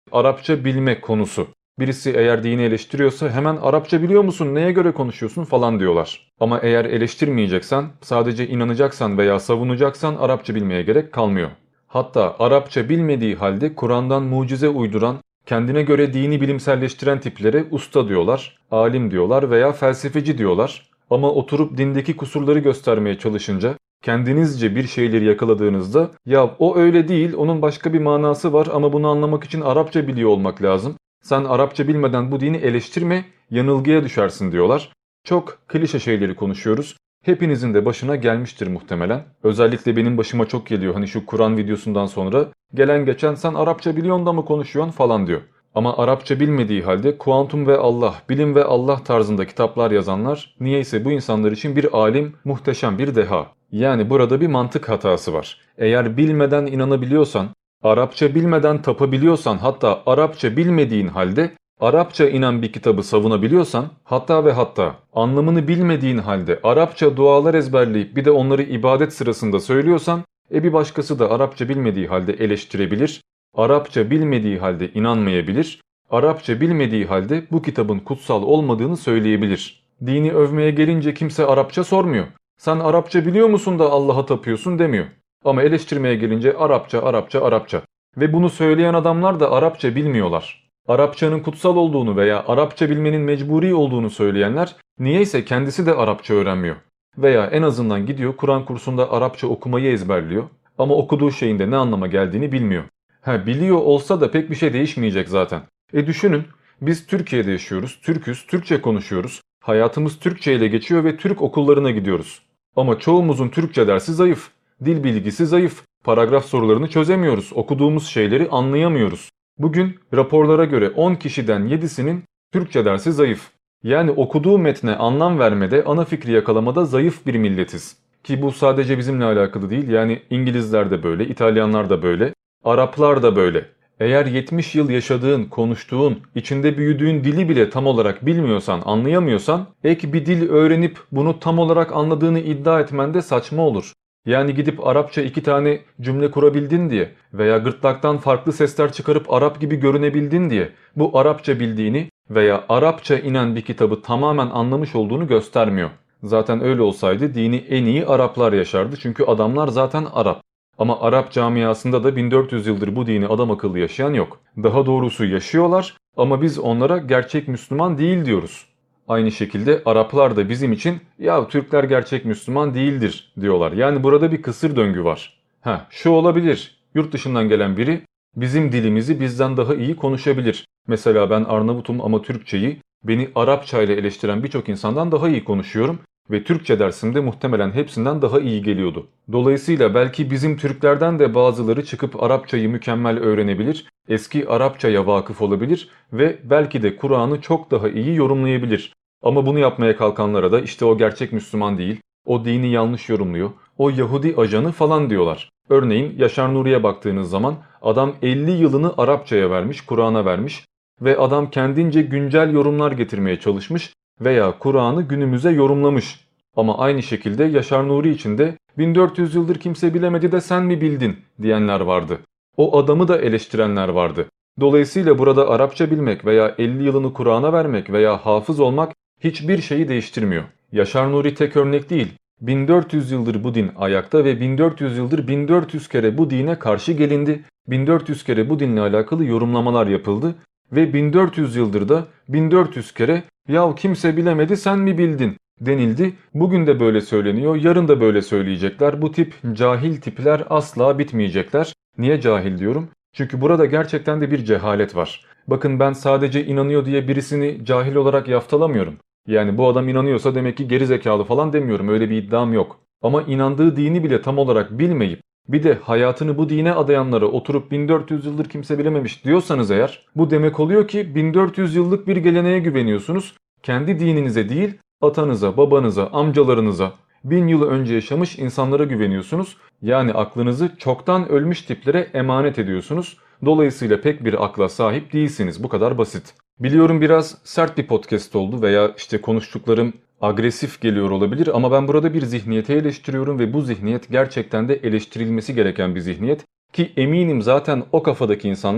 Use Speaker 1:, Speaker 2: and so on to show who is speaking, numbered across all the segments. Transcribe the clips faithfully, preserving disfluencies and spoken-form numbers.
Speaker 1: Arapça bilme konusu. Birisi eğer dini eleştiriyorsa hemen Arapça biliyor musun, neye göre konuşuyorsun falan diyorlar. Ama eğer eleştirmeyeceksen, sadece inanacaksan veya savunacaksan Arapça bilmeye gerek kalmıyor. Hatta Arapça bilmediği halde Kur'an'dan mucize uyduran, kendine göre dini bilimselleştiren tiplere usta diyorlar, alim diyorlar veya felsefeci diyorlar. Ama oturup dindeki kusurları göstermeye çalışınca, kendinizce bir şeyleri yakaladığınızda ya o öyle değil, onun başka bir manası var ama bunu anlamak için Arapça biliyor olmak lazım. Sen Arapça bilmeden bu dini eleştirme, yanılgıya düşersin diyorlar. Çok klişe şeyleri konuşuyoruz. Hepinizin de başına gelmiştir muhtemelen. Özellikle benim başıma çok geliyor hani şu Kur'an videosundan sonra. Gelen geçen sen Arapça biliyorsun da mı konuşuyorsun falan diyor. Ama Arapça bilmediği halde kuantum ve Allah, bilim ve Allah tarzında kitaplar yazanlar niyeyse bu insanlar için bir alim, muhteşem bir deha. Yani burada bir mantık hatası var. Eğer bilmeden inanabiliyorsan, Arapça bilmeden tapabiliyorsan, hatta Arapça bilmediğin halde Arapça inen bir kitabı savunabiliyorsan, hatta ve hatta anlamını bilmediğin halde Arapça dualar ezberleyip bir de onları ibadet sırasında söylüyorsan, e bir başkası da Arapça bilmediği halde eleştirebilir, Arapça bilmediği halde inanmayabilir, Arapça bilmediği halde bu kitabın kutsal olmadığını söyleyebilir. Dini övmeye gelince kimse Arapça sormuyor. Sen Arapça biliyor musun da Allah'a tapıyorsun demiyor. Ama eleştirmeye gelince Arapça, Arapça, Arapça. Ve bunu söyleyen adamlar da Arapça bilmiyorlar. Arapçanın kutsal olduğunu veya Arapça bilmenin mecburi olduğunu söyleyenler niyeyse kendisi de Arapça öğrenmiyor. Veya en azından gidiyor Kur'an kursunda Arapça okumayı ezberliyor ama okuduğu şeyin de ne anlama geldiğini bilmiyor. Ha, biliyor olsa da pek bir şey değişmeyecek zaten. E düşünün, biz Türkiye'de yaşıyoruz, Türküz, Türkçe konuşuyoruz, hayatımız Türkçe ile geçiyor ve Türk okullarına gidiyoruz. Ama çoğumuzun Türkçe dersi zayıf, dil bilgisi zayıf, paragraf sorularını çözemiyoruz, okuduğumuz şeyleri anlayamıyoruz. Bugün raporlara göre on kişiden yedisinin Türkçe dersi zayıf. Yani okuduğu metne anlam vermede, ana fikri yakalamada zayıf bir milletiz. Ki bu sadece bizimle alakalı değil, yani İngilizler de böyle, İtalyanlar da böyle, Araplar da böyle. Eğer yetmiş yıl yaşadığın, konuştuğun, içinde büyüdüğün dili bile tam olarak bilmiyorsan, anlayamıyorsan, ek bir dil öğrenip bunu tam olarak anladığını iddia etmen de saçma olur. Yani gidip Arapça iki tane cümle kurabildin diye veya gırtlaktan farklı sesler çıkarıp Arap gibi görünebildin diye bu Arapça bildiğini veya Arapça inen bir kitabı tamamen anlamış olduğunu göstermiyor. Zaten öyle olsaydı dini en iyi Araplar yaşardı çünkü adamlar zaten Arap. Ama Arap camiasında da bin dört yüz yıldır bu dini adam akıllı yaşayan yok. Daha doğrusu yaşıyorlar ama biz onlara gerçek Müslüman değil diyoruz. Aynı şekilde Araplar da bizim için ya Türkler gerçek Müslüman değildir diyorlar. Yani burada bir kısır döngü var. Ha, şu olabilir. Yurt dışından gelen biri bizim dilimizi bizden daha iyi konuşabilir. Mesela ben Arnavutum ama Türkçeyi beni Arapça ile eleştiren birçok insandan daha iyi konuşuyorum. Ve Türkçe dersimde muhtemelen hepsinden daha iyi geliyordu. Dolayısıyla belki bizim Türklerden de bazıları çıkıp Arapçayı mükemmel öğrenebilir, eski Arapçaya vakıf olabilir ve belki de Kur'an'ı çok daha iyi yorumlayabilir. Ama bunu yapmaya kalkanlara da işte o gerçek Müslüman değil, o dini yanlış yorumluyor, o Yahudi ajanı falan diyorlar. Örneğin Yaşar Nuri'ye baktığınız zaman adam elli yılını Arapçaya vermiş, Kur'an'a vermiş ve adam kendince güncel yorumlar getirmeye çalışmış veya Kur'an'ı günümüze yorumlamış. Ama aynı şekilde Yaşar Nuri için de bin dört yüz yıldır kimse bilemedi de sen mi bildin diyenler vardı. O adamı da eleştirenler vardı. Dolayısıyla burada Arapça bilmek veya elli yılını Kur'an'a vermek veya hafız olmak hiçbir şeyi değiştirmiyor. Yaşar Nuri tek örnek değil. bin dört yüz yıldır bu din ayakta ve bin dört yüz yıldır bin dört yüz kere bu dine karşı gelindi. bin dört yüz kere bu dinle alakalı yorumlamalar yapıldı. Ve bin dört yüz yıldır da bin dört yüz kere "yahu kimse bilemedi sen mi bildin" denildi. Bugün de böyle söyleniyor, yarın da böyle söyleyecekler. Bu tip cahil tipler asla bitmeyecekler. Niye cahil diyorum? Çünkü burada gerçekten de bir cehalet var. Bakın ben sadece inanıyor diye birisini cahil olarak yaftalamıyorum. Yani bu adam inanıyorsa demek ki geri zekalı falan demiyorum, öyle bir iddiam yok. Ama inandığı dini bile tam olarak bilmeyip bir de hayatını bu dine adayanlara oturup bin dört yüz yıldır kimse bilememiş diyorsanız eğer, bu demek oluyor ki bin dört yüz yıllık bir geleneğe güveniyorsunuz. Kendi dininize değil, atanıza, babanıza, amcalarınıza, bin yıl önce yaşamış insanlara güveniyorsunuz. Yani aklınızı çoktan ölmüş tiplere emanet ediyorsunuz. Dolayısıyla pek bir akla sahip değilsiniz. Bu kadar basit. Biliyorum biraz sert bir podcast oldu veya işte konuştuklarım agresif geliyor olabilir ama ben burada bir zihniyeti eleştiriyorum ve bu zihniyet gerçekten de eleştirilmesi gereken bir zihniyet ki eminim zaten o kafadaki insanlar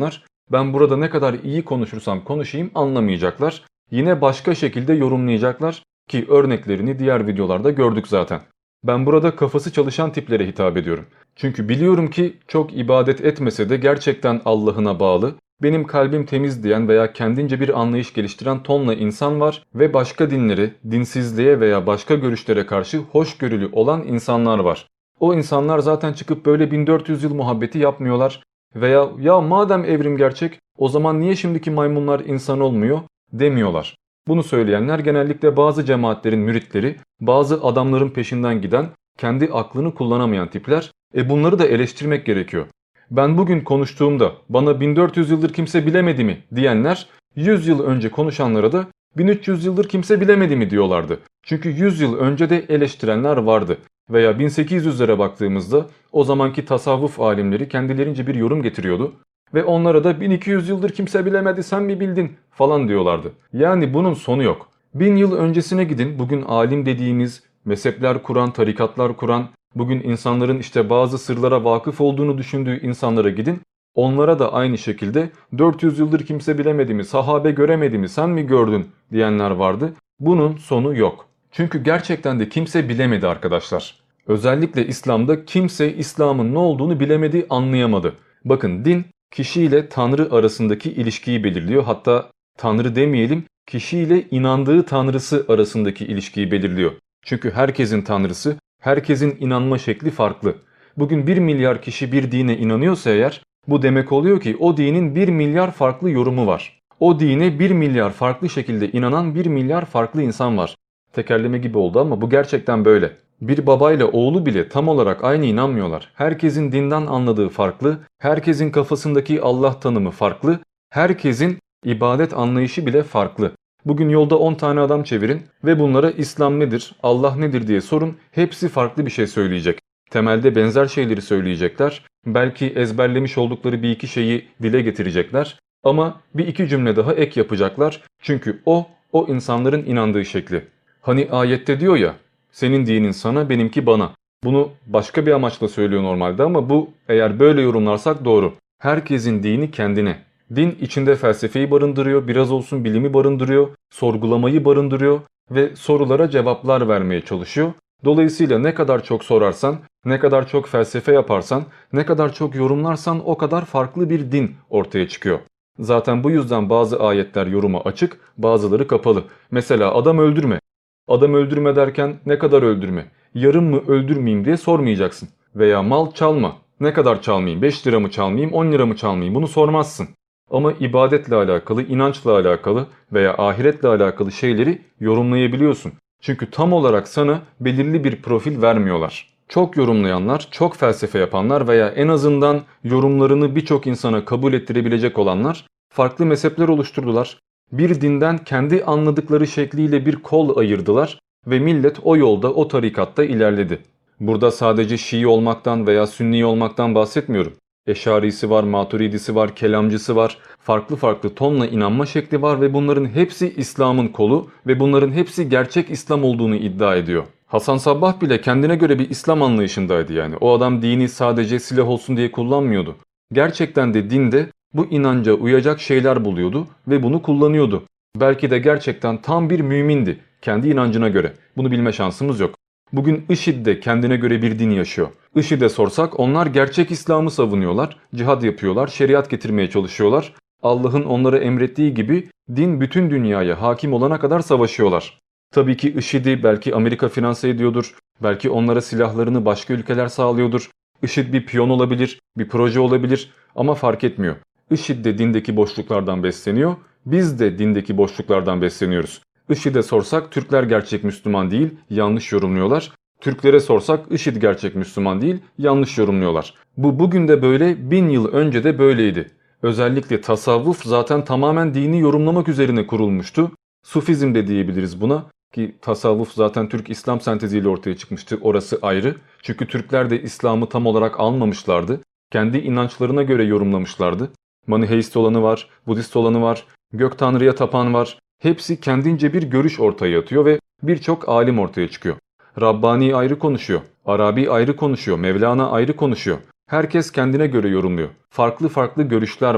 Speaker 1: Ben burada ne kadar iyi konuşursam konuşayım anlamayacaklar. Yine başka şekilde yorumlayacaklar ki örneklerini diğer videolarda gördük zaten. Ben burada kafası çalışan tiplere hitap ediyorum. Çünkü biliyorum ki çok ibadet etmese de gerçekten Allah'ına bağlı, benim kalbim temiz diyen veya kendince bir anlayış geliştiren tonla insan var ve başka dinleri, dinsizliğe veya başka görüşlere karşı hoşgörülü olan insanlar var. O insanlar zaten çıkıp böyle bin dört yüz yıl muhabbeti yapmıyorlar veya ya madem evrim gerçek o zaman niye şimdiki maymunlar insan olmuyor demiyorlar. Bunu söyleyenler genellikle bazı cemaatlerin müritleri, bazı adamların peşinden giden, kendi aklını kullanamayan tipler. E bunları da eleştirmek gerekiyor. Ben bugün konuştuğumda bana bin dört yüz yıldır kimse bilemedi mi diyenler yüz yıl önce konuşanlara da bin üç yüz yıldır kimse bilemedi mi diyorlardı. Çünkü yüz yıl önce de eleştirenler vardı. Veya bin sekiz yüzlere baktığımızda o zamanki tasavvuf alimleri kendilerince bir yorum getiriyordu. Ve onlara da bin iki yüz yıldır kimse bilemedi sen mi bildin falan diyorlardı. Yani bunun sonu yok. Bin yıl öncesine gidin, bugün alim dediğimiz, mezhepler kuran, tarikatlar kuran, bugün insanların işte bazı sırlara vakıf olduğunu düşündüğü insanlara gidin. Onlara da aynı şekilde dört yüz yıldır kimse bilemedi mi, sahabe göremedi mi, sen mi gördün diyenler vardı. Bunun sonu yok. Çünkü gerçekten de kimse bilemedi arkadaşlar. Özellikle İslam'da kimse İslam'ın ne olduğunu bilemedi, anlayamadı. Bakın din kişiyle Tanrı arasındaki ilişkiyi belirliyor. Hatta Tanrı demeyelim, kişiyle inandığı Tanrısı arasındaki ilişkiyi belirliyor. Çünkü herkesin Tanrısı, herkesin inanma şekli farklı. Bugün bir milyar kişi bir dine inanıyorsa eğer, bu demek oluyor ki o dinin bir milyar farklı yorumu var. O dine bir milyar farklı şekilde inanan bir milyar farklı insan var. Tekerleme gibi oldu ama bu gerçekten böyle. Bir babayla oğlu bile tam olarak aynı inanmıyorlar. Herkesin dinden anladığı farklı, herkesin kafasındaki Allah tanımı farklı, herkesin ibadet anlayışı bile farklı. Bugün yolda on tane adam çevirin ve bunlara İslam nedir, Allah nedir diye sorun, hepsi farklı bir şey söyleyecek. Temelde benzer şeyleri söyleyecekler, belki ezberlemiş oldukları bir iki şeyi dile getirecekler ama bir iki cümle daha ek yapacaklar çünkü o, o insanların inandığı şekli. Hani ayette diyor ya, senin dinin sana, benimki bana. Bunu başka bir amaçla söylüyor normalde ama bu eğer böyle yorumlarsak doğru. Herkesin dini kendine. Din içinde felsefeyi barındırıyor, biraz olsun bilimi barındırıyor, sorgulamayı barındırıyor ve sorulara cevaplar vermeye çalışıyor. Dolayısıyla ne kadar çok sorarsan, ne kadar çok felsefe yaparsan, ne kadar çok yorumlarsan o kadar farklı bir din ortaya çıkıyor. Zaten bu yüzden bazı ayetler yoruma açık, bazıları kapalı. Mesela adam öldürme. Adam öldürme derken ne kadar öldürme, yarım mı öldürmeyeyim diye sormayacaksın. Veya mal çalma, ne kadar çalmayayım, beş lira mı çalmayayım, on lira mı çalmayayım bunu sormazsın. Ama ibadetle alakalı, inançla alakalı veya ahiretle alakalı şeyleri yorumlayabiliyorsun. Çünkü tam olarak sana belirli bir profil vermiyorlar. Çok yorumlayanlar, çok felsefe yapanlar veya en azından yorumlarını birçok insana kabul ettirebilecek olanlar farklı mezhepler oluşturdular. Bir dinden kendi anladıkları şekliyle bir kol ayırdılar ve millet o yolda, o tarikatta ilerledi. Burada sadece Şii olmaktan veya Sünni olmaktan bahsetmiyorum. Eşarisi var, Maturidisi var, Kelamcısı var, farklı farklı tonla inanma şekli var ve bunların hepsi İslam'ın kolu ve bunların hepsi gerçek İslam olduğunu iddia ediyor. Hasan Sabbah bile kendine göre bir İslam anlayışındaydı yani. O adam dini sadece silah olsun diye kullanmıyordu. Gerçekten de dinde bu inanca uyacak şeyler buluyordu ve bunu kullanıyordu. Belki de gerçekten tam bir mümindi kendi inancına göre. Bunu bilme şansımız yok. Bugün IŞİD de kendine göre bir din yaşıyor. IŞİD'e sorsak onlar gerçek İslam'ı savunuyorlar, cihad yapıyorlar, şeriat getirmeye çalışıyorlar. Allah'ın onlara emrettiği gibi din bütün dünyaya hakim olana kadar savaşıyorlar. Tabii ki IŞİD'i belki Amerika finanse ediyordur, belki onlara silahlarını başka ülkeler sağlıyordur. IŞİD bir piyon olabilir, bir proje olabilir ama fark etmiyor. IŞİD de dindeki boşluklardan besleniyor, biz de dindeki boşluklardan besleniyoruz. IŞİD'e sorsak Türkler gerçek Müslüman değil, yanlış yorumluyorlar. Türklere sorsak IŞİD gerçek Müslüman değil, yanlış yorumluyorlar. Bu bugün de böyle, bin yıl önce de böyleydi. Özellikle tasavvuf zaten tamamen dini yorumlamak üzerine kurulmuştu. Sufizm de diyebiliriz buna. Ki tasavvuf zaten Türk İslam senteziyle ortaya çıkmıştı, orası ayrı. Çünkü Türkler de İslam'ı tam olarak almamışlardı. Kendi inançlarına göre yorumlamışlardı. Maniheist olanı var, Budist olanı var, gök tanrıya tapan var. Hepsi kendince bir görüş ortaya atıyor ve birçok alim ortaya çıkıyor. Rabbani ayrı konuşuyor, Arabi ayrı konuşuyor, Mevlana ayrı konuşuyor. Herkes kendine göre yorumluyor. Farklı farklı görüşler var.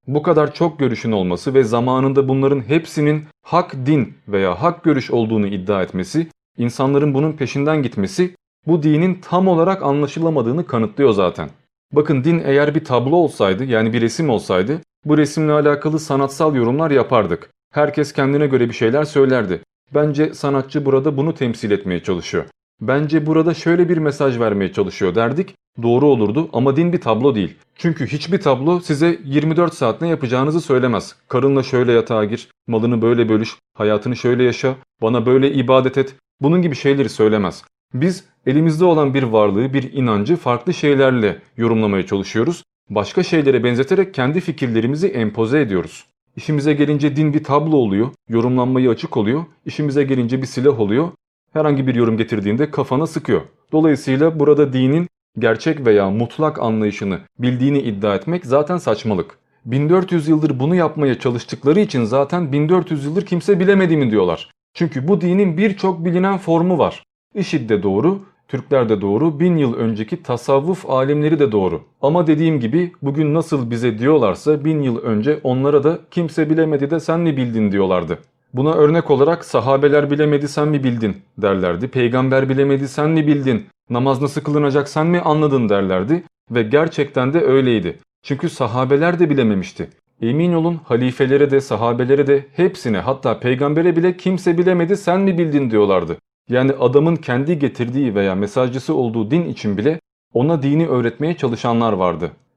Speaker 1: Bu kadar çok görüşün olması ve zamanında bunların hepsinin hak din veya hak görüş olduğunu iddia etmesi, insanların bunun peşinden gitmesi bu dinin tam olarak anlaşılamadığını kanıtlıyor zaten. Bakın, din eğer bir tablo olsaydı, yani bir resim olsaydı, bu resimle alakalı sanatsal yorumlar yapardık. Herkes kendine göre bir şeyler söylerdi. Bence sanatçı burada bunu temsil etmeye çalışıyor. Bence burada şöyle bir mesaj vermeye çalışıyor derdik. Doğru olurdu ama din bir tablo değil. Çünkü hiçbir tablo size yirmi dört saat ne yapacağınızı söylemez. Karınla şöyle yatağa gir, malını böyle bölüş, hayatını şöyle yaşa, bana böyle ibadet et. Bunun gibi şeyleri söylemez. Biz elimizde olan bir varlığı, bir inancı farklı şeylerle yorumlamaya çalışıyoruz. Başka şeylere benzeterek kendi fikirlerimizi empoze ediyoruz. İşimize gelince din bir tablo oluyor, yorumlanmayı açık oluyor. İşimize gelince bir silah oluyor. Herhangi bir yorum getirdiğinde kafana sıkıyor. Dolayısıyla burada dinin gerçek veya mutlak anlayışını bildiğini iddia etmek zaten saçmalık. bin dört yüz yıldır bunu yapmaya çalıştıkları için zaten bin dört yüz yıldır kimse bilemediğimi diyorlar. Çünkü bu dinin birçok bilinen formu var. IŞİD de doğru, Türkler de doğru, bin yıl önceki tasavvuf alimleri de doğru. Ama dediğim gibi bugün nasıl bize diyorlarsa bin yıl önce onlara da kimse bilemedi de sen mi bildin diyorlardı. Buna örnek olarak sahabeler bilemedi sen mi bildin derlerdi. Peygamber bilemedi sen mi bildin? Namaz nasıl kılınacak sen mi anladın derlerdi. Ve gerçekten de öyleydi. Çünkü sahabeler de bilememişti. Emin olun halifelere de sahabelere de hepsine, hatta peygambere bile kimse bilemedi sen mi bildin diyorlardı. Yani adamın kendi getirdiği veya mesajcısı olduğu din için bile ona dini öğretmeye çalışanlar vardı.